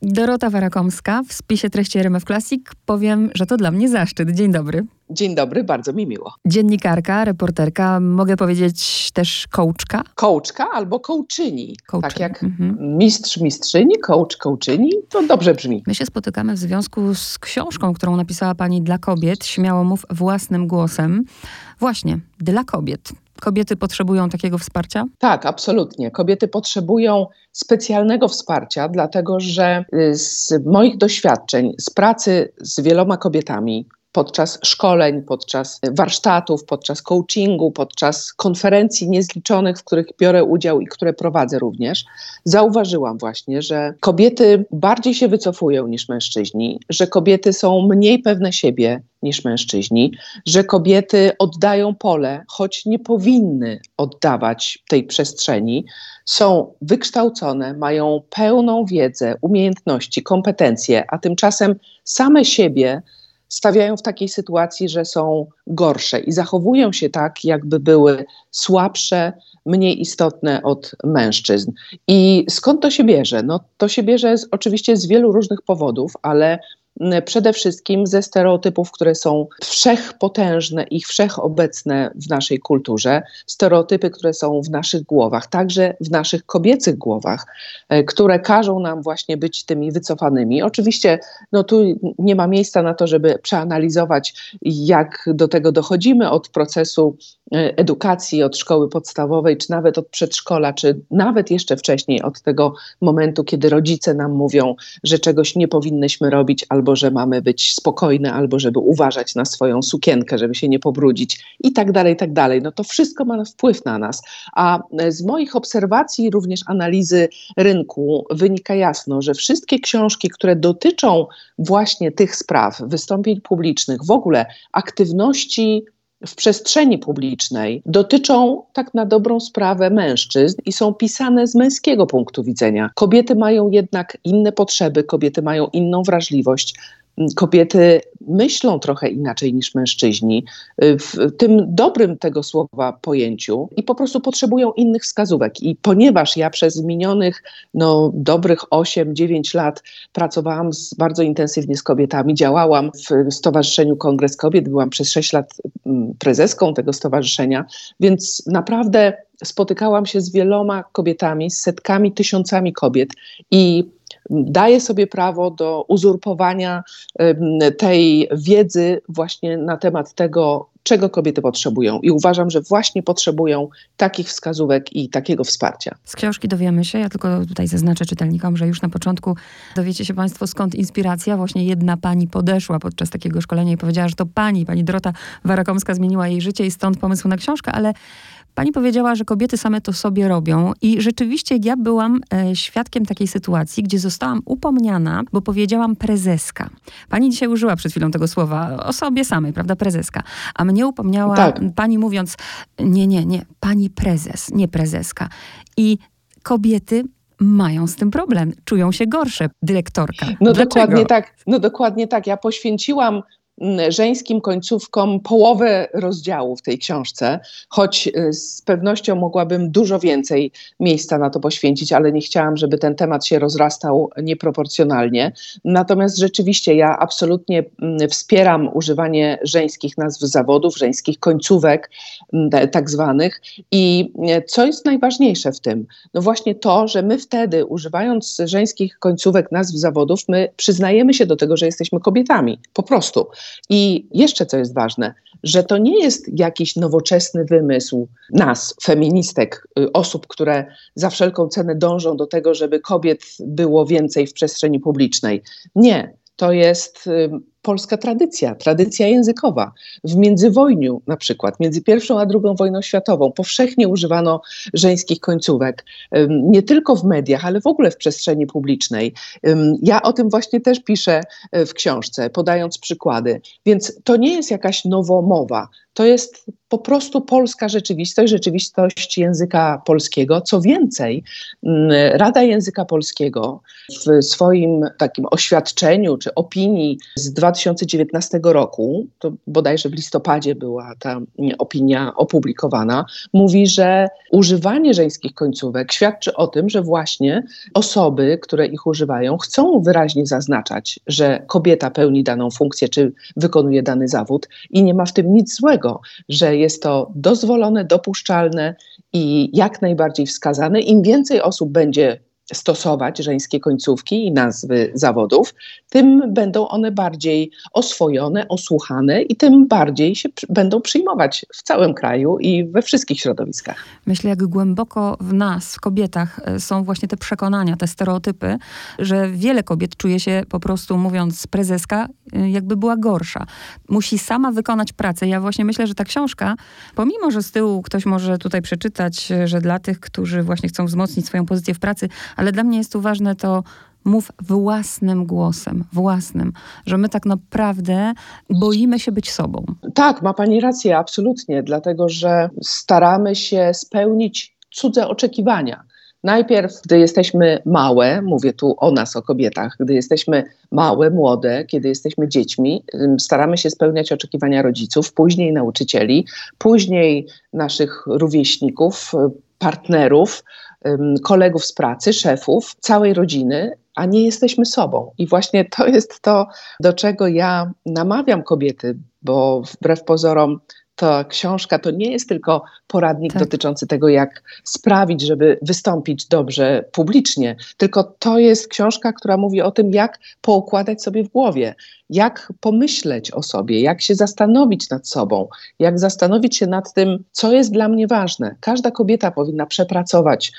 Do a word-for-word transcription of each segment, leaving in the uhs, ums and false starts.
Dorota Warakomska w spisie treści R M F Classic. Powiem, że to dla mnie zaszczyt. Dzień dobry. Dzień dobry, bardzo mi miło. Dziennikarka, reporterka, mogę powiedzieć też coachka? Coachka albo coachini. Coaching. Tak jak Mhm. mistrz, mistrzyni, coach, coachini, to dobrze brzmi. My się spotykamy w związku z książką, którą napisała pani dla kobiet. Śmiało mów własnym głosem. Właśnie, dla kobiet. Kobiety potrzebują takiego wsparcia? Tak, absolutnie. Kobiety potrzebują specjalnego wsparcia, dlatego że z moich doświadczeń, z pracy z wieloma kobietami, podczas szkoleń, podczas warsztatów, podczas coachingu, podczas konferencji niezliczonych, w których biorę udział i które prowadzę również, zauważyłam właśnie, że kobiety bardziej się wycofują niż mężczyźni, że kobiety są mniej pewne siebie niż mężczyźni, że kobiety oddają pole, choć nie powinny oddawać tej przestrzeni, są wykształcone, mają pełną wiedzę, umiejętności, kompetencje, a tymczasem same siebie stawiają w takiej sytuacji, że są gorsze i zachowują się tak, jakby były słabsze, mniej istotne od mężczyzn. I skąd to się bierze? No, to się bierze z, oczywiście z wielu różnych powodów, ale przede wszystkim ze stereotypów, które są wszechpotężne i wszechobecne w naszej kulturze, stereotypy, które są w naszych głowach, także w naszych kobiecych głowach, które każą nam właśnie być tymi wycofanymi. Oczywiście no tu nie ma miejsca na to, żeby przeanalizować, jak do tego dochodzimy od procesu edukacji, od szkoły podstawowej, czy nawet od przedszkola, czy nawet jeszcze wcześniej od tego momentu, kiedy rodzice nam mówią, że czegoś nie powinnyśmy robić, albo że mamy być spokojne, albo żeby uważać na swoją sukienkę, żeby się nie pobrudzić i tak dalej, i tak dalej. No to wszystko ma wpływ na nas. A z moich obserwacji, również analizy rynku wynika jasno, że wszystkie książki, które dotyczą właśnie tych spraw, wystąpień publicznych, w ogóle aktywności w przestrzeni publicznej, dotyczą tak na dobrą sprawę mężczyzn i są pisane z męskiego punktu widzenia. Kobiety mają jednak inne potrzeby, kobiety mają inną wrażliwość. Kobiety myślą trochę inaczej niż mężczyźni, w tym dobrym tego słowa pojęciu i po prostu potrzebują innych wskazówek. I ponieważ ja przez minionych no, dobrych osiem dziewięć lat pracowałam z, bardzo intensywnie z kobietami, działałam w Stowarzyszeniu Kongres Kobiet, byłam przez sześć lat prezeską tego stowarzyszenia, więc naprawdę spotykałam się z wieloma kobietami, z setkami, tysiącami kobiet i daje sobie prawo do uzurpowania tej wiedzy właśnie na temat tego, czego kobiety potrzebują. I uważam, że właśnie potrzebują takich wskazówek i takiego wsparcia. Z książki dowiemy się, ja tylko tutaj zaznaczę czytelnikom, że już na początku dowiecie się państwo, skąd inspiracja. Właśnie jedna pani podeszła podczas takiego szkolenia i powiedziała, że to pani, pani Dorota Warakomska zmieniła jej życie i stąd pomysł na książkę, ale pani powiedziała, że kobiety same to sobie robią i rzeczywiście ja byłam e, świadkiem takiej sytuacji, gdzie zostałam upomniana, bo powiedziałam prezeska. Pani dzisiaj użyła przed chwilą tego słowa o sobie samej, prawda, prezeska. A mnie upomniała tak. pani mówiąc, nie, nie, nie, pani prezes, nie prezeska. I kobiety mają z tym problem, czują się gorsze, dyrektorka. No Dlaczego? dokładnie tak, no dokładnie tak. Ja poświęciłam żeńskim końcówkom połowę rozdziału w tej książce, choć z pewnością mogłabym dużo więcej miejsca na to poświęcić, ale nie chciałam, żeby ten temat się rozrastał nieproporcjonalnie. Natomiast rzeczywiście ja absolutnie wspieram używanie żeńskich nazw zawodów, żeńskich końcówek tak zwanych. I co jest najważniejsze w tym? No właśnie to, że my wtedy, używając żeńskich końcówek nazw zawodów, my przyznajemy się do tego, że jesteśmy kobietami. Po prostu. I jeszcze co jest ważne, że to nie jest jakiś nowoczesny wymysł nas, feministek, osób, które za wszelką cenę dążą do tego, żeby kobiet było więcej w przestrzeni publicznej. Nie, to jest polska tradycja, tradycja językowa. W międzywojniu na przykład, między pierwszą a drugą wojną światową powszechnie używano żeńskich końcówek. Nie tylko w mediach, ale w ogóle w przestrzeni publicznej. Ja o tym właśnie też piszę w książce, podając przykłady. Więc to nie jest jakaś nowomowa. To jest po prostu polska rzeczywistość, rzeczywistość języka polskiego. Co więcej, Rada Języka Polskiego w swoim takim oświadczeniu czy opinii z dwa tysiące dziewiętnastego roku, to bodajże w listopadzie była ta opinia opublikowana, mówi, że używanie żeńskich końcówek świadczy o tym, że właśnie osoby, które ich używają, chcą wyraźnie zaznaczać, że kobieta pełni daną funkcję czy wykonuje dany zawód i nie ma w tym nic złego, że jest to dozwolone, dopuszczalne i jak najbardziej wskazane. Im więcej osób będzie stosować żeńskie końcówki i nazwy zawodów, tym będą one bardziej oswojone, osłuchane i tym bardziej się przy- będą przyjmować w całym kraju i we wszystkich środowiskach. Myślę, jak głęboko w nas, w kobietach są właśnie te przekonania, te stereotypy, że wiele kobiet czuje się po prostu, mówiąc prezeska, jakby była gorsza. Musi sama wykonać pracę. Ja właśnie myślę, że ta książka, pomimo, że z tyłu ktoś może tutaj przeczytać, że dla tych, którzy właśnie chcą wzmocnić swoją pozycję w pracy, ale dla mnie jest tu ważne to mów własnym głosem, własnym, że my tak naprawdę boimy się być sobą. Tak, ma pani rację, absolutnie, dlatego że staramy się spełnić cudze oczekiwania. Najpierw, gdy jesteśmy małe, mówię tu o nas, o kobietach, gdy jesteśmy małe, młode, kiedy jesteśmy dziećmi, staramy się spełniać oczekiwania rodziców, później nauczycieli, później naszych rówieśników, partnerów, kolegów z pracy, szefów, całej rodziny, a nie jesteśmy sobą. I właśnie to jest to, do czego ja namawiam kobiety, bo wbrew pozorom ta książka to nie jest tylko poradnik tak. dotyczący tego, jak sprawić, żeby wystąpić dobrze publicznie, tylko to jest książka, która mówi o tym, jak poukładać sobie w głowie, jak pomyśleć o sobie, jak się zastanowić nad sobą, jak zastanowić się nad tym, co jest dla mnie ważne. Każda kobieta powinna przepracować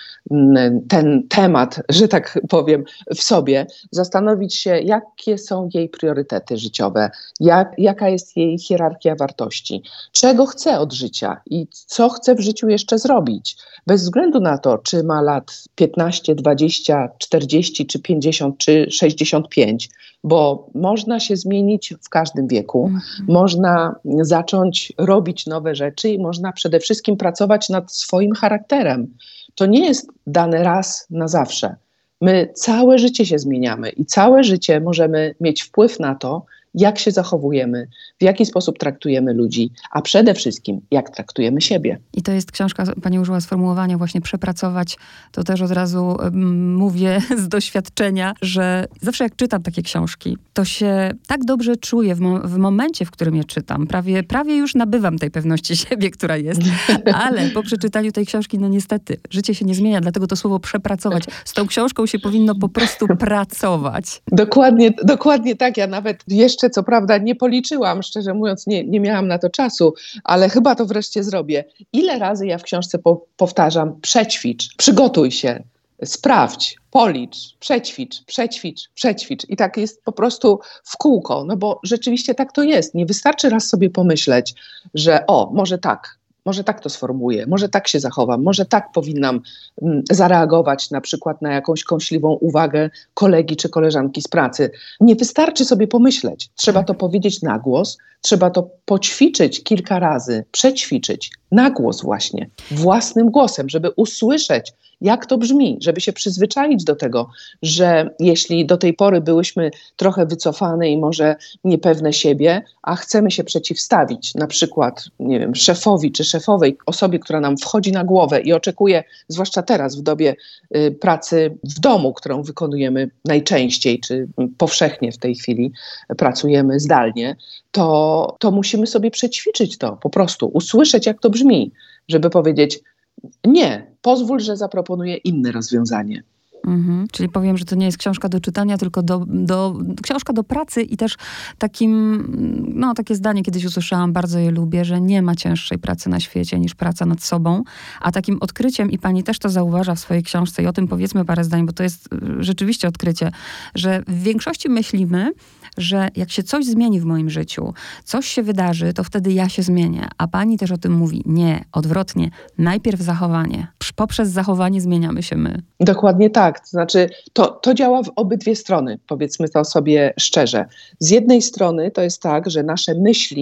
ten temat, że tak powiem, w sobie, zastanowić się, jakie są jej priorytety życiowe, jak, jaka jest jej hierarchia wartości, czego chce od życia i co chce w życiu jeszcze zrobić. Bez względu na to, czy ma lat piętnaście, dwadzieścia, czterdzieści, czy pięćdziesiąt, czy sześćdziesiąt pięć, bo można się zmienić w każdym wieku, mhm. można zacząć robić nowe rzeczy i można przede wszystkim pracować nad swoim charakterem. To nie jest dane raz na zawsze. My całe życie się zmieniamy i całe życie możemy mieć wpływ na to, jak się zachowujemy, w jaki sposób traktujemy ludzi, a przede wszystkim, jak traktujemy siebie. I to jest książka, pani użyła sformułowania właśnie przepracować, to też od razu um, mówię z doświadczenia, że zawsze jak czytam takie książki, to się tak dobrze czuję w, mo- w momencie, w którym je czytam. Prawie, prawie już nabywam tej pewności siebie, która jest, ale po przeczytaniu tej książki, no niestety, życie się nie zmienia, dlatego to słowo przepracować. Z tą książką się powinno po prostu pracować. Dokładnie, dokładnie tak. Ja nawet jeszcze co prawda nie policzyłam, szczerze mówiąc, nie, nie miałam na to czasu, ale chyba to wreszcie zrobię. Ile razy ja w książce po, powtarzam, przećwicz, przygotuj się, sprawdź, policz, przećwicz, przećwicz, przećwicz. I tak jest po prostu w kółko, no bo rzeczywiście tak to jest. Nie wystarczy raz sobie pomyśleć, że o, może tak, może tak to sformułuję, może tak się zachowam, może tak powinnam mm, zareagować na przykład na jakąś kąśliwą uwagę kolegi czy koleżanki z pracy. Nie wystarczy sobie pomyśleć. Trzeba to powiedzieć na głos, trzeba to poćwiczyć kilka razy, przećwiczyć na głos właśnie, własnym głosem, żeby usłyszeć, jak to brzmi, żeby się przyzwyczaić do tego, że jeśli do tej pory byłyśmy trochę wycofane i może niepewne siebie, a chcemy się przeciwstawić na przykład, nie wiem, szefowi czy szefowej, osobie, która nam wchodzi na głowę i oczekuje, zwłaszcza teraz w dobie y, pracy w domu, którą wykonujemy najczęściej, czy powszechnie w tej chwili pracujemy zdalnie, to, to musimy sobie przećwiczyć to, po prostu usłyszeć, jak to brzmi, żeby powiedzieć, nie, pozwól, że zaproponuję inne rozwiązanie. Mhm. Czyli powiem, że to nie jest książka do czytania, tylko do, do, książka do pracy i też takim, no takie zdanie kiedyś usłyszałam, bardzo je lubię, że nie ma cięższej pracy na świecie niż praca nad sobą, a takim odkryciem, i pani też to zauważa w swojej książce i o tym powiedzmy parę zdań, bo to jest rzeczywiście odkrycie, że w większości myślimy, że jak się coś zmieni w moim życiu, coś się wydarzy, to wtedy ja się zmienię. A pani też o tym mówi. Nie, odwrotnie. Najpierw zachowanie. Poprzez zachowanie zmieniamy się my. Dokładnie tak. To znaczy, to, to działa w obydwie strony, powiedzmy to sobie szczerze. Z jednej strony to jest tak, że nasze myśli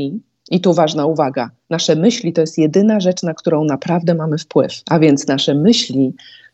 I tu ważna uwaga, nasze myśli to jest jedyna rzecz, na którą naprawdę mamy wpływ. A więc nasze myśli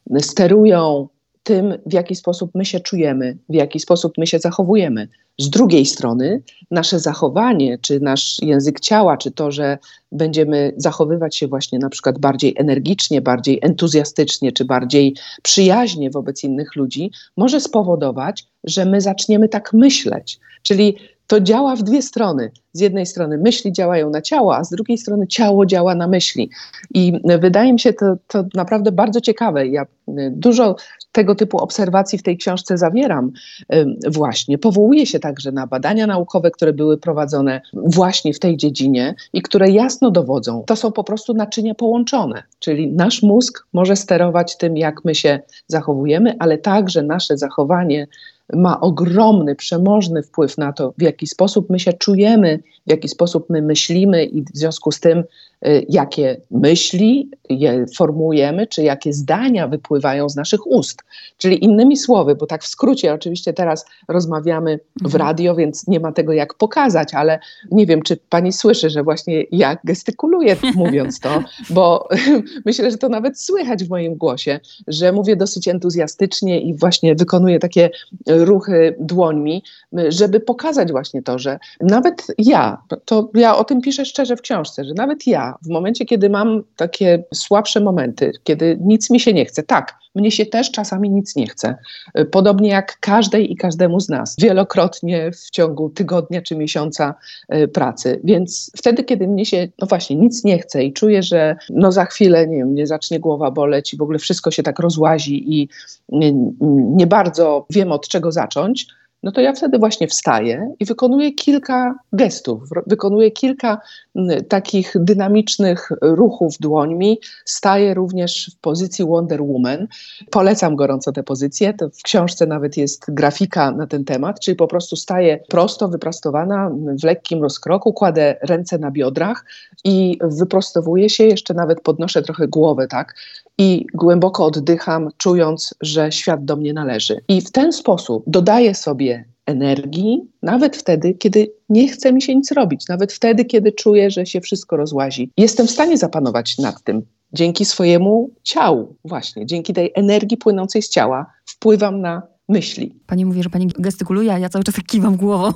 sterują tym, w jaki sposób my się czujemy, w jaki sposób my się zachowujemy. Z drugiej strony nasze zachowanie, czy nasz język ciała, czy to, że będziemy zachowywać się właśnie na przykład bardziej energicznie, bardziej entuzjastycznie, czy bardziej przyjaźnie wobec innych ludzi, może spowodować, że my zaczniemy tak myśleć. Czyli to działa w dwie strony. Z jednej strony myśli działają na ciało, a z drugiej strony ciało działa na myśli. I wydaje mi się to, to naprawdę bardzo ciekawe. Ja dużo tego typu obserwacji w tej książce zawieram właśnie. Powołuję się także na badania naukowe, które były prowadzone właśnie w tej dziedzinie i które jasno dowodzą. To są po prostu naczynia połączone, czyli nasz mózg może sterować tym, jak my się zachowujemy, ale także nasze zachowanie ma ogromny, przemożny wpływ na to, w jaki sposób my się czujemy, w jaki sposób my myślimy i w związku z tym, y, jakie myśli je formujemy, czy jakie zdania wypływają z naszych ust. Czyli innymi słowy, bo tak w skrócie, oczywiście teraz rozmawiamy w radio, więc nie ma tego jak pokazać, ale nie wiem, czy pani słyszy, że właśnie ja gestykuluję mówiąc to, bo myślę, że to nawet słychać w moim głosie, że mówię dosyć entuzjastycznie i właśnie wykonuję takie ruchy dłońmi, żeby pokazać właśnie to, że nawet ja, to ja o tym piszę szczerze w książce, że nawet ja w momencie, kiedy mam takie słabsze momenty, kiedy nic mi się nie chce, tak, mnie się też czasami nic nie chce. Podobnie jak każdej i każdemu z nas. Wielokrotnie w ciągu tygodnia czy miesiąca pracy. Więc wtedy, kiedy mnie się, no właśnie, nic nie chce i czuję, że no za chwilę, nie wiem, mnie zacznie głowa boleć i w ogóle wszystko się tak rozłazi i nie, nie bardzo wiem, od czego zacząć, no to ja wtedy właśnie wstaję i wykonuję kilka gestów, wykonuję kilka m, takich dynamicznych ruchów dłońmi. Staję również w pozycji Wonder Woman. Polecam gorąco tę pozycję. To w książce nawet jest grafika na ten temat, czyli po prostu staję prosto, wyprostowana, w lekkim rozkroku, kładę ręce na biodrach i wyprostowuję się, jeszcze nawet podnoszę trochę głowę, tak? I głęboko oddycham, czując, że świat do mnie należy. I w ten sposób dodaję sobie energii, nawet wtedy, kiedy nie chce mi się nic robić, nawet wtedy, kiedy czuję, że się wszystko rozłazi. Jestem w stanie zapanować nad tym. Dzięki swojemu ciału, właśnie, dzięki tej energii płynącej z ciała wpływam na myśli. Pani mówi, że pani gestykuluje, a ja cały czas tak kiwam głową.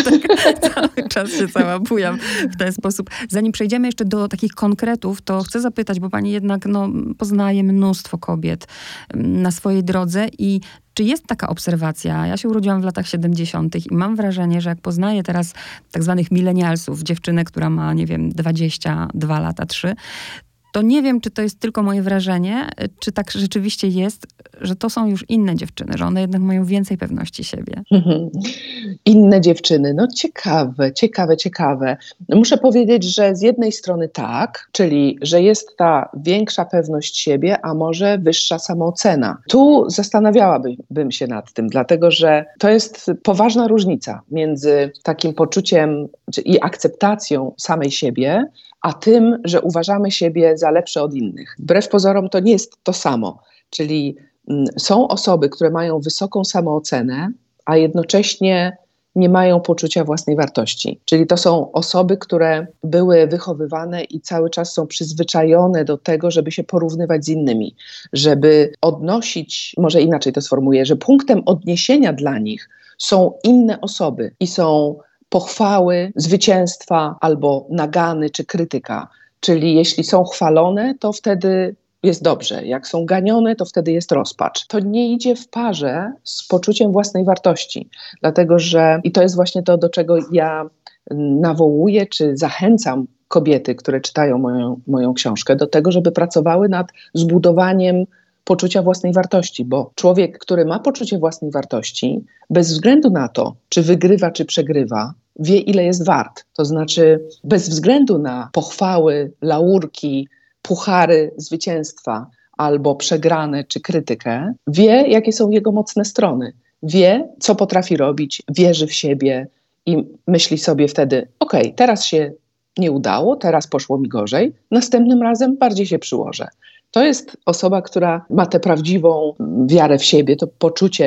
tak, cały czas się cała bujam w ten sposób. Zanim przejdziemy jeszcze do takich konkretów, to chcę zapytać, bo pani jednak no, poznaje mnóstwo kobiet na swojej drodze i czy jest taka obserwacja? Ja się urodziłam w latach siedemdziesiątych i mam wrażenie, że jak poznaję teraz tak zwanych milenialsów, dziewczynę, która ma, nie wiem, dwadzieścia dwa lata, trzy, to nie wiem, czy to jest tylko moje wrażenie, czy tak rzeczywiście jest, że to są już inne dziewczyny, że one jednak mają więcej pewności siebie. Mhm. Inne dziewczyny, no ciekawe, ciekawe, ciekawe. Muszę powiedzieć, że z jednej strony tak, czyli że jest ta większa pewność siebie, a może wyższa samoocena. Tu zastanawiałabym się nad tym, dlatego że to jest poważna różnica między takim poczuciem i akceptacją samej siebie, a tym, że uważamy siebie za lepsze od innych. Wbrew pozorom to nie jest to samo. Czyli mm, są osoby, które mają wysoką samoocenę, a jednocześnie nie mają poczucia własnej wartości. Czyli to są osoby, które były wychowywane i cały czas są przyzwyczajone do tego, żeby się porównywać z innymi, żeby odnosić, może inaczej to sformułuję, że punktem odniesienia dla nich są inne osoby i są pochwały, zwycięstwa albo nagany czy krytyka. Czyli jeśli są chwalone, to wtedy jest dobrze. Jak są ganione, to wtedy jest rozpacz. To nie idzie w parze z poczuciem własnej wartości. Dlatego, że i to jest właśnie to, do czego ja nawołuję czy zachęcam kobiety, które czytają moją, moją książkę, do tego, żeby pracowały nad zbudowaniem poczucia własnej wartości, bo człowiek, który ma poczucie własnej wartości, bez względu na to, czy wygrywa, czy przegrywa, wie, ile jest wart. To znaczy, bez względu na pochwały, laurki, puchary zwycięstwa albo przegrane, czy krytykę, wie, jakie są jego mocne strony. Wie, co potrafi robić, wierzy w siebie i myśli sobie wtedy, okej, okay, teraz się nie udało, teraz poszło mi gorzej, następnym razem bardziej się przyłożę. To jest osoba, która ma tę prawdziwą wiarę w siebie, to poczucie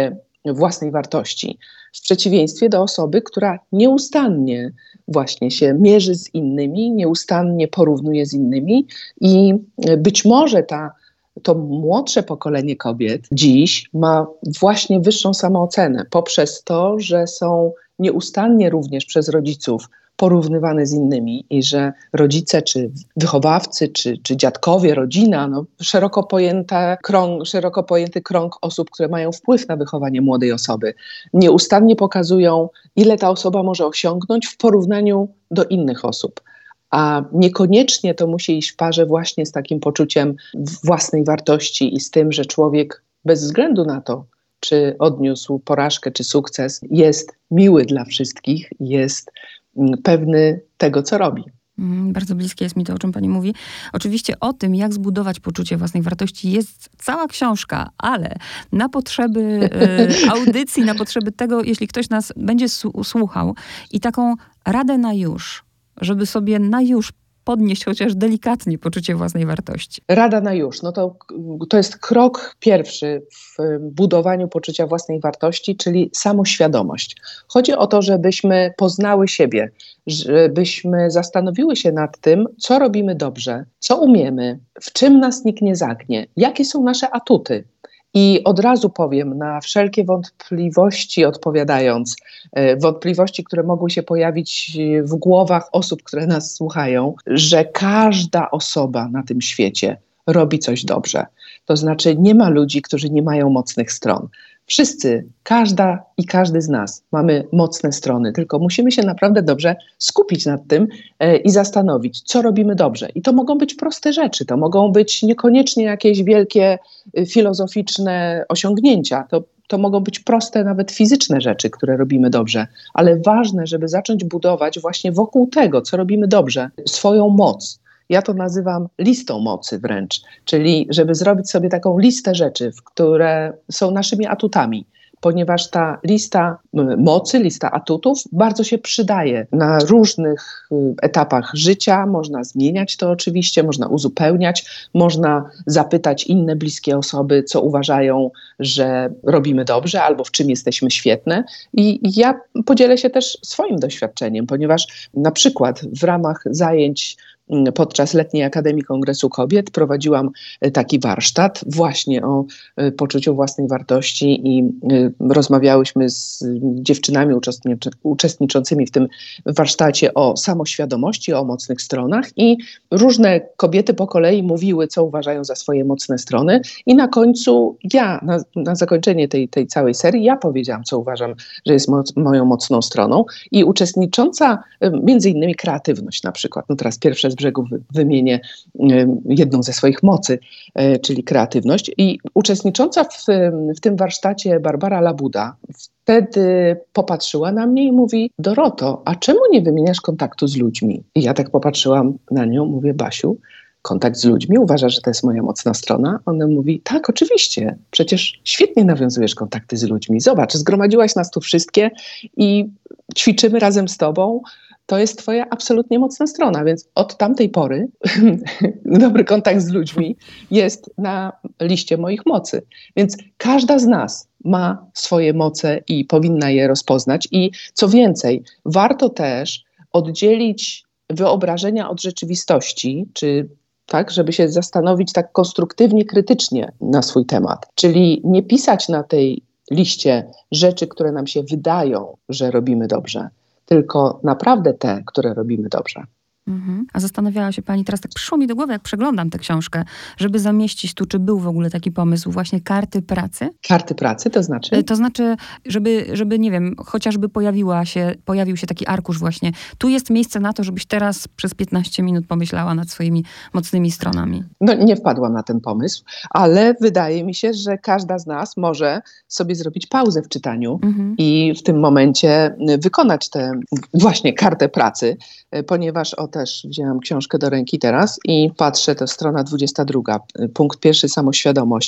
własnej wartości. W przeciwieństwie do osoby, która nieustannie właśnie się mierzy z innymi, nieustannie porównuje z innymi i być może ta, to młodsze pokolenie kobiet dziś ma właśnie wyższą samoocenę poprzez to, że są nieustannie również przez rodziców porównywane z innymi i że rodzice, czy wychowawcy, czy, czy dziadkowie, rodzina, no, szeroko, pojęte krąg, szeroko pojęty krąg osób, które mają wpływ na wychowanie młodej osoby, nieustannie pokazują, ile ta osoba może osiągnąć w porównaniu do innych osób. A niekoniecznie to musi iść w parze właśnie z takim poczuciem własnej wartości i z tym, że człowiek bez względu na to, czy odniósł porażkę, czy sukces, jest miły dla wszystkich, jest pewny tego, co robi. Mm, bardzo bliskie jest mi to, o czym pani mówi. Oczywiście o tym, jak zbudować poczucie własnej wartości, jest cała książka, ale na potrzeby y, audycji, na potrzeby tego, jeśli ktoś nas będzie słuchał i taką radę na już, żeby sobie na już podnieść chociaż delikatnie poczucie własnej wartości. Rada na już. No to, to jest krok pierwszy w budowaniu poczucia własnej wartości, czyli samoświadomość. Chodzi o to, żebyśmy poznały siebie, żebyśmy zastanowiły się nad tym, co robimy dobrze, co umiemy, w czym nas nikt nie zagnie, jakie są nasze atuty. I od razu powiem, na wszelkie wątpliwości odpowiadając, wątpliwości, które mogły się pojawić w głowach osób, które nas słuchają, że każda osoba na tym świecie robi coś dobrze. To znaczy nie ma ludzi, którzy nie mają mocnych stron. Wszyscy, każda i każdy z nas mamy mocne strony, tylko musimy się naprawdę dobrze skupić nad tym e, i zastanowić, co robimy dobrze. I to mogą być proste rzeczy, to mogą być niekoniecznie jakieś wielkie y, filozoficzne osiągnięcia, to, to mogą być proste, nawet fizyczne rzeczy, które robimy dobrze, ale ważne, żeby zacząć budować właśnie wokół tego, co robimy dobrze, swoją moc. Ja to nazywam listą mocy wręcz, czyli żeby zrobić sobie taką listę rzeczy, które są naszymi atutami, ponieważ ta lista mocy, lista atutów bardzo się przydaje na różnych etapach życia. Można zmieniać to oczywiście, można uzupełniać, można zapytać inne bliskie osoby, co uważają, że robimy dobrze albo w czym jesteśmy świetne. I ja podzielę się też swoim doświadczeniem, ponieważ na przykład w ramach zajęć podczas Letniej Akademii Kongresu Kobiet prowadziłam taki warsztat właśnie o poczuciu własnej wartości i rozmawiałyśmy z dziewczynami uczestniczącymi w tym warsztacie o samoświadomości, o mocnych stronach i różne kobiety po kolei mówiły, co uważają za swoje mocne strony i na końcu ja, na, na zakończenie tej, tej całej serii, ja powiedziałam, co uważam, że jest mo- moją mocną stroną i uczestnicząca, między innymi kreatywność na przykład, no teraz pierwsze z brzegu wymienię jedną ze swoich mocy, czyli kreatywność. I uczestnicząca w, w tym warsztacie Barbara Labuda wtedy popatrzyła na mnie i mówi: Doroto, a czemu nie wymieniasz kontaktu z ludźmi? I ja tak popatrzyłam na nią, mówię: Basiu, kontakt z ludźmi, uważasz, że to jest moja mocna strona? Ona mówi: tak, oczywiście, przecież świetnie nawiązujesz kontakty z ludźmi. Zobacz, zgromadziłaś nas tu wszystkie i ćwiczymy razem z tobą. To jest twoja absolutnie mocna strona, więc od tamtej pory dobry kontakt z ludźmi jest na liście moich mocy. Więc każda z nas ma swoje moce i powinna je rozpoznać. I co więcej, warto też oddzielić wyobrażenia od rzeczywistości, czy tak, żeby się zastanowić tak konstruktywnie, krytycznie na swój temat. Czyli nie pisać na tej liście rzeczy, które nam się wydają, że robimy dobrze, tylko naprawdę te, które robimy dobrze. Mhm. A zastanawiała się pani, teraz tak przyszło mi do głowy, jak przeglądam tę książkę, żeby zamieścić tu, czy był w ogóle taki pomysł, właśnie karty pracy? Karty pracy, to znaczy? To znaczy, żeby, żeby nie wiem, chociażby pojawiła się, pojawił się taki arkusz właśnie. Tu jest miejsce na to, żebyś teraz przez piętnaście minut pomyślała nad swoimi mocnymi stronami. No nie wpadłam na ten pomysł, ale wydaje mi się, że każda z nas może sobie zrobić pauzę w czytaniu mhm. i w tym momencie wykonać tę właśnie kartę pracy, ponieważ o też wzięłam książkę do ręki teraz i patrzę, to strona dwudziesta druga, punkt pierwszy, samoświadomość.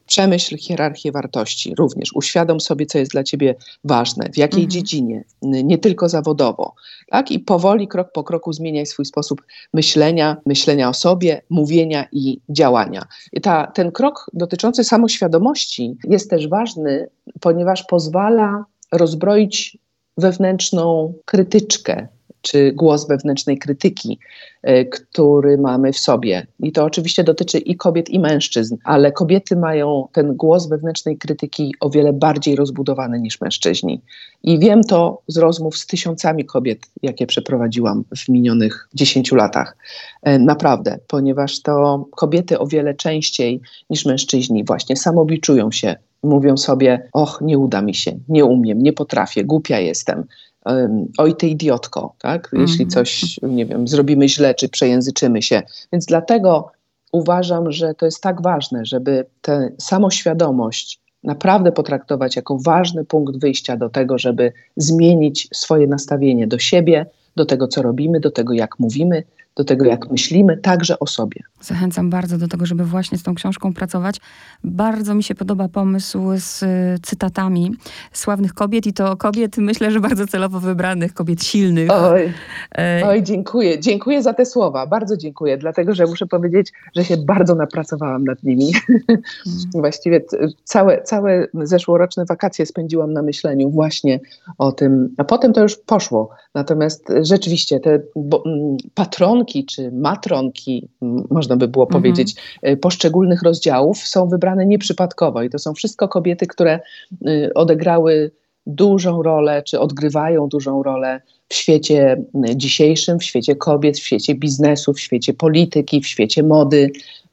Przemyśl hierarchię wartości również. Uświadom sobie, co jest dla ciebie ważne, w jakiej mhm. dziedzinie, nie tylko zawodowo. Tak? I powoli, krok po kroku zmieniaj swój sposób myślenia, myślenia o sobie, mówienia i działania. I ta, ten krok dotyczący samoświadomości jest też ważny, ponieważ pozwala rozbroić wewnętrzną krytyczkę, czy głos wewnętrznej krytyki, y, który mamy w sobie. I to oczywiście dotyczy i kobiet, i mężczyzn, ale kobiety mają ten głos wewnętrznej krytyki o wiele bardziej rozbudowany niż mężczyźni. I wiem to z rozmów z tysiącami kobiet, jakie przeprowadziłam w minionych dziesięciu latach. Y, naprawdę, ponieważ to kobiety o wiele częściej niż mężczyźni właśnie samobiczują się, mówią sobie, och, nie uda mi się, nie umiem, nie potrafię, głupia jestem. Oj, ty idiotko, tak? Jeśli coś, nie wiem, zrobimy źle, czy przejęzyczymy się. Więc dlatego uważam, że to jest tak ważne, żeby tę samoświadomość naprawdę potraktować jako ważny punkt wyjścia do tego, żeby zmienić swoje nastawienie do siebie, do tego, co robimy, do tego, jak mówimy, do tego, jak myślimy, także o sobie. Zachęcam bardzo do tego, żeby właśnie z tą książką pracować. Bardzo mi się podoba pomysł z cytatami sławnych kobiet i to kobiet, myślę, że bardzo celowo wybranych, kobiet silnych. Oj, oj, dziękuję. Dziękuję za te słowa. Bardzo dziękuję, dlatego, że muszę powiedzieć, że się bardzo napracowałam nad nimi. Hmm. Właściwie całe, całe zeszłoroczne wakacje spędziłam na myśleniu właśnie o tym, a potem to już poszło. Natomiast rzeczywiście te bo, patronki czy matronki, można by było mhm. powiedzieć, poszczególnych rozdziałów są wybrane nieprzypadkowo i to są wszystko kobiety, które odegrały dużą rolę, czy odgrywają dużą rolę w świecie dzisiejszym, w świecie kobiet, w świecie biznesu, w świecie polityki, w świecie mody,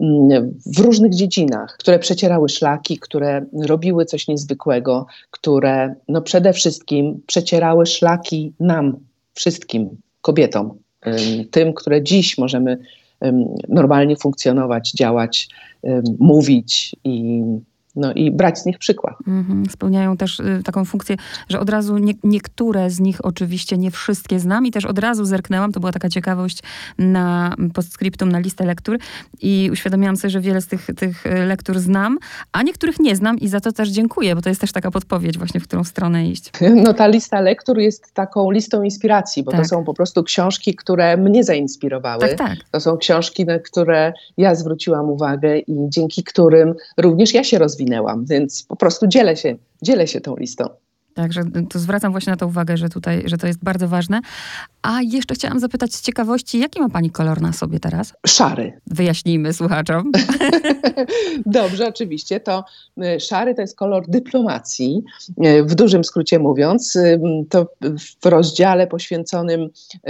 w różnych dziedzinach, które przecierały szlaki, które robiły coś niezwykłego, które no przede wszystkim przecierały szlaki nam, wszystkim kobietom, tym, które dziś możemy normalnie funkcjonować, działać, mówić i, no, i brać z nich przykład. Mm-hmm. Spełniają też y, taką funkcję, że od razu nie, niektóre z nich, oczywiście nie wszystkie znam i też od razu zerknęłam, to była taka ciekawość na postscriptum, na listę lektur i uświadomiłam sobie, że wiele z tych, tych lektur znam, a niektórych nie znam i za to też dziękuję, bo to jest też taka podpowiedź właśnie, w którą stronę iść. No ta lista lektur jest taką listą inspiracji, bo tak. to są po prostu książki, które mnie zainspirowały. Tak, tak. To są książki, na które ja zwróciłam uwagę i dzięki którym również ja się rozwijałam. Więc po prostu dzielę się, dzielę się tą listą. Także to zwracam właśnie na to uwagę, że tutaj, że to jest bardzo ważne. A jeszcze chciałam zapytać z ciekawości, jaki ma pani kolor na sobie teraz? Szary. Wyjaśnijmy słuchaczom. Dobrze, oczywiście. To szary to jest kolor dyplomacji. W dużym skrócie mówiąc, to w rozdziale poświęconym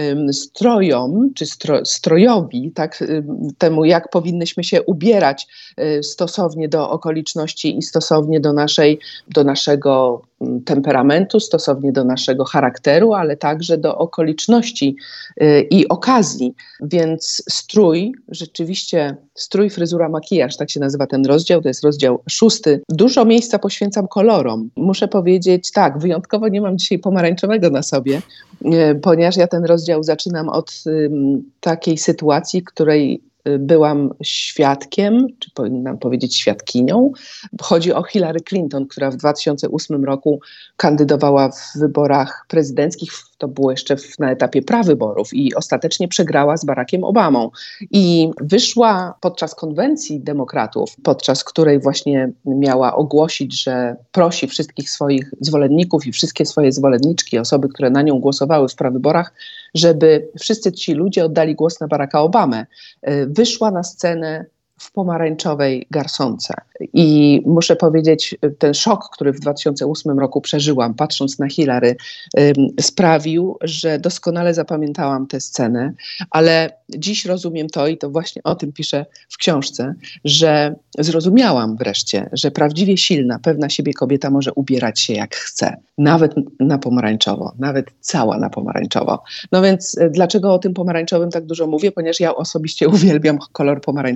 strojom, czy stro, strojowi, tak, temu jak powinnyśmy się ubierać stosownie do okoliczności i stosownie do naszej, do naszego temperamentu, stosownie do naszego charakteru, ale także do okoliczności yy, i okazji. Więc strój, rzeczywiście strój, fryzura, makijaż, tak się nazywa ten rozdział, to jest rozdział szósty. Dużo miejsca poświęcam kolorom. Muszę powiedzieć, tak, wyjątkowo nie mam dzisiaj pomarańczowego na sobie, yy, ponieważ ja ten rozdział zaczynam od yy, takiej sytuacji, której byłam świadkiem, czy powinnam powiedzieć świadkinią. Chodzi o Hillary Clinton, która w dwa tysiące ósmym roku kandydowała w wyborach prezydenckich, to było jeszcze w, na etapie prawyborów i ostatecznie przegrała z Barackiem Obamą. I wyszła podczas konwencji demokratów, podczas której właśnie miała ogłosić, że prosi wszystkich swoich zwolenników i wszystkie swoje zwolenniczki, osoby, które na nią głosowały w prawyborach, żeby wszyscy ci ludzie oddali głos na Baracka Obamę. Wyszła na scenę w pomarańczowej garsonce. I muszę powiedzieć, ten szok, który w dwa tysiące ósmym roku przeżyłam, patrząc na Hillary, ym, sprawił, że doskonale zapamiętałam tę scenę, ale dziś rozumiem to i to właśnie o tym piszę w książce, że zrozumiałam wreszcie, że prawdziwie silna, pewna siebie kobieta może ubierać się jak chce. Nawet na pomarańczowo, nawet cała na pomarańczowo. No więc dlaczego o tym pomarańczowym tak dużo mówię? Ponieważ ja osobiście uwielbiam kolor pomarańczowy i bardzo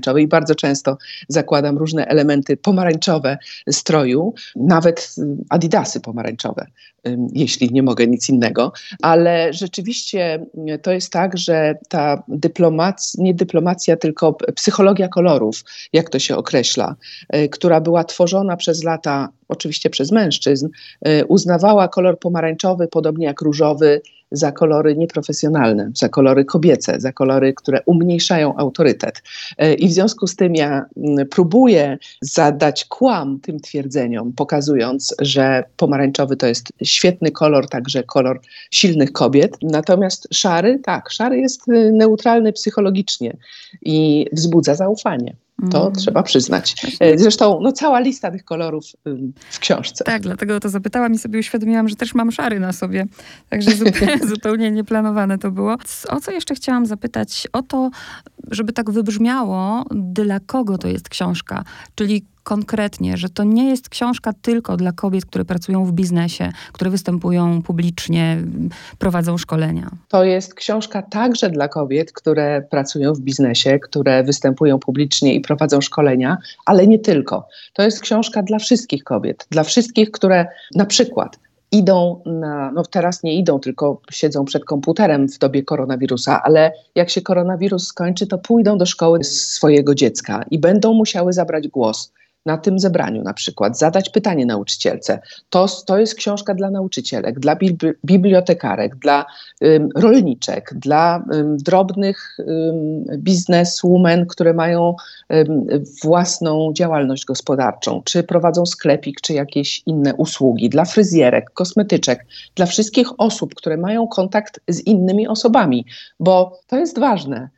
bardzo często zakładam różne elementy pomarańczowe stroju, nawet adidasy pomarańczowe, jeśli nie mogę nic innego. Ale rzeczywiście to jest tak, że ta dyplomacja, nie dyplomacja, tylko psychologia kolorów, jak to się określa, która była tworzona przez lata, oczywiście przez mężczyzn, uznawała kolor pomarańczowy, podobnie jak różowy, za kolory nieprofesjonalne, za kolory kobiece, za kolory, które umniejszają autorytet. I w związku z tym ja próbuję zadać kłam tym twierdzeniom, pokazując, że pomarańczowy to jest świetny kolor, także kolor silnych kobiet. Natomiast szary, tak, szary jest neutralny psychologicznie i wzbudza zaufanie. To mm. trzeba przyznać. Zresztą no, cała lista tych kolorów w książce. Tak, dlatego to zapytałam i sobie uświadomiłam, że też mam szary na sobie. Także zupełnie, zupełnie nieplanowane to było. O co jeszcze chciałam zapytać? O to, żeby tak wybrzmiało, dla kogo to jest książka. Czyli konkretnie, że to nie jest książka tylko dla kobiet, które pracują w biznesie, które występują publicznie, prowadzą szkolenia. To jest książka także dla kobiet, które pracują w biznesie, które występują publicznie i prowadzą szkolenia, ale nie tylko. To jest książka dla wszystkich kobiet, dla wszystkich, które na przykład idą na, no teraz nie idą, tylko siedzą przed komputerem w dobie koronawirusa, ale jak się koronawirus skończy, to pójdą do szkoły swojego dziecka i będą musiały zabrać głos na tym zebraniu na przykład, zadać pytanie nauczycielce. To, to jest książka dla nauczycielek, dla bibli- bibliotekarek, dla um, rolniczek, dla um, drobnych um, bizneswomen, które mają um, własną działalność gospodarczą, czy prowadzą sklepik, czy jakieś inne usługi, dla fryzjerek, kosmetyczek, dla wszystkich osób, które mają kontakt z innymi osobami, bo to jest ważne,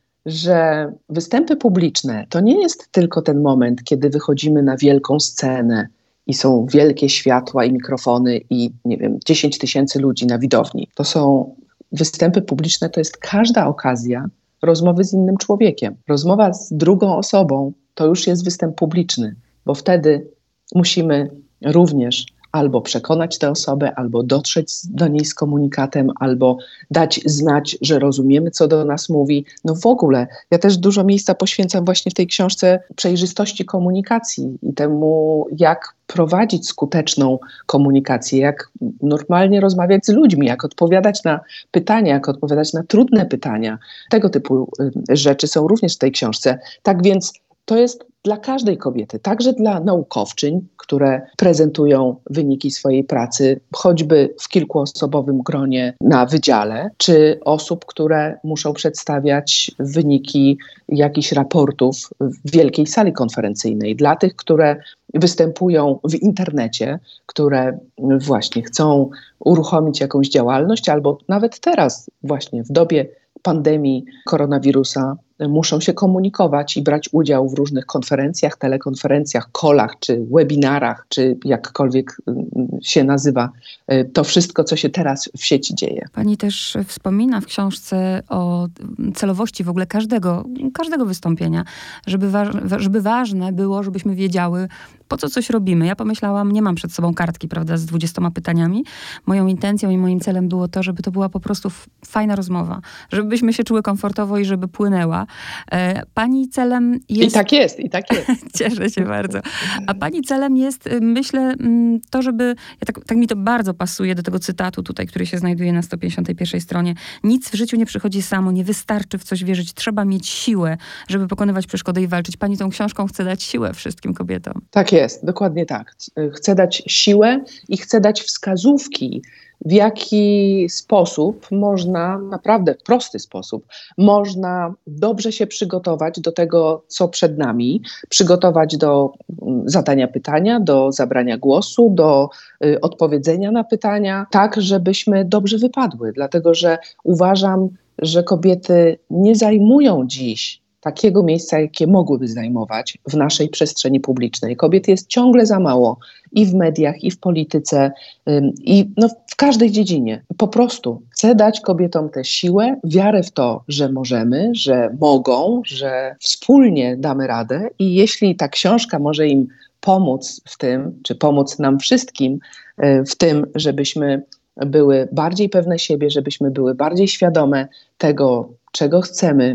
że występy publiczne to nie jest tylko ten moment, kiedy wychodzimy na wielką scenę i są wielkie światła i mikrofony i nie wiem, dziesięć tysięcy ludzi na widowni. To są występy publiczne, to jest każda okazja rozmowy z innym człowiekiem. Rozmowa z drugą osobą to już jest występ publiczny, bo wtedy musimy również albo przekonać tę osobę, albo dotrzeć do niej z komunikatem, albo dać znać, że rozumiemy, co do nas mówi. No w ogóle, ja też dużo miejsca poświęcam właśnie w tej książce przejrzystości komunikacji i temu, jak prowadzić skuteczną komunikację, jak normalnie rozmawiać z ludźmi, jak odpowiadać na pytania, jak odpowiadać na trudne pytania. Tego typu rzeczy są również w tej książce. Tak więc to jest dla każdej kobiety, także dla naukowczyń, które prezentują wyniki swojej pracy, choćby w kilkuosobowym gronie na wydziale, czy osób, które muszą przedstawiać wyniki jakichś raportów w wielkiej sali konferencyjnej, dla tych, które występują w internecie, które właśnie chcą uruchomić jakąś działalność, albo nawet teraz właśnie w dobie pandemii koronawirusa muszą się komunikować i brać udział w różnych konferencjach, telekonferencjach, kolach, czy webinarach, czy jakkolwiek się nazywa to wszystko, co się teraz w sieci dzieje. Pani też wspomina w książce o celowości w ogóle każdego, każdego wystąpienia, żeby, wa- żeby ważne było, żebyśmy wiedziały, po co coś robimy. Ja pomyślałam, nie mam przed sobą kartki, prawda, z dwudziestoma pytaniami. Moją intencją i moim celem było to, żeby to była po prostu fajna rozmowa, żebyśmy się czuły komfortowo i żeby płynęła. E, pani celem jest... I tak jest, i tak jest. Cieszę się bardzo. A pani celem jest, myślę, to, żeby... Ja tak, tak mi to bardzo pasuje do tego cytatu tutaj, który się znajduje na sto pięćdziesiątej pierwszej stronie. Nic w życiu nie przychodzi samo, nie wystarczy w coś wierzyć. Trzeba mieć siłę, żeby pokonywać przeszkody i walczyć. Pani tą książką chce dać siłę wszystkim kobietom. Tak jest, dokładnie tak. Chcę dać siłę i chcę dać wskazówki, w jaki sposób można, naprawdę w prosty sposób, można dobrze się przygotować do tego, co przed nami, przygotować do zadania pytania, do zabrania głosu, do y, odpowiedzenia na pytania, tak, żebyśmy dobrze wypadły. Dlatego, że uważam, że kobiety nie zajmują dziś takiego miejsca, jakie mogłyby zajmować w naszej przestrzeni publicznej. Kobiet jest ciągle za mało i w mediach, i w polityce, ym, i no, w każdej dziedzinie. Po prostu chcę dać kobietom tę siłę, wiarę w to, że możemy, że mogą, że wspólnie damy radę i jeśli ta książka może im pomóc w tym, czy pomóc nam wszystkim y, w tym, żebyśmy były bardziej pewne siebie, żebyśmy były bardziej świadome tego, czego chcemy,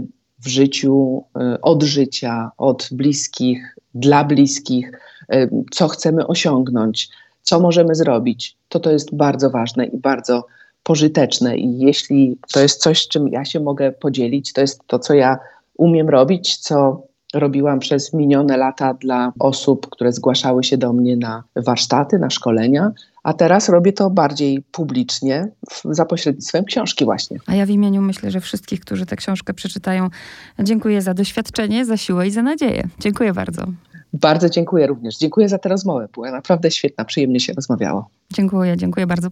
w życiu, od życia, od bliskich, dla bliskich, co chcemy osiągnąć, co możemy zrobić, to to jest bardzo ważne i bardzo pożyteczne. I jeśli to jest coś, z czym ja się mogę podzielić, to jest to, co ja umiem robić, co robiłam przez minione lata dla osób, które zgłaszały się do mnie na warsztaty, na szkolenia, a teraz robię to bardziej publicznie, za pośrednictwem książki właśnie. A ja w imieniu, myślę, że wszystkich, którzy tę książkę przeczytają, dziękuję za doświadczenie, za siłę i za nadzieję. Dziękuję bardzo. Bardzo dziękuję również. Dziękuję za tę rozmowę. Była naprawdę świetna, przyjemnie się rozmawiało. Dziękuję, dziękuję bardzo.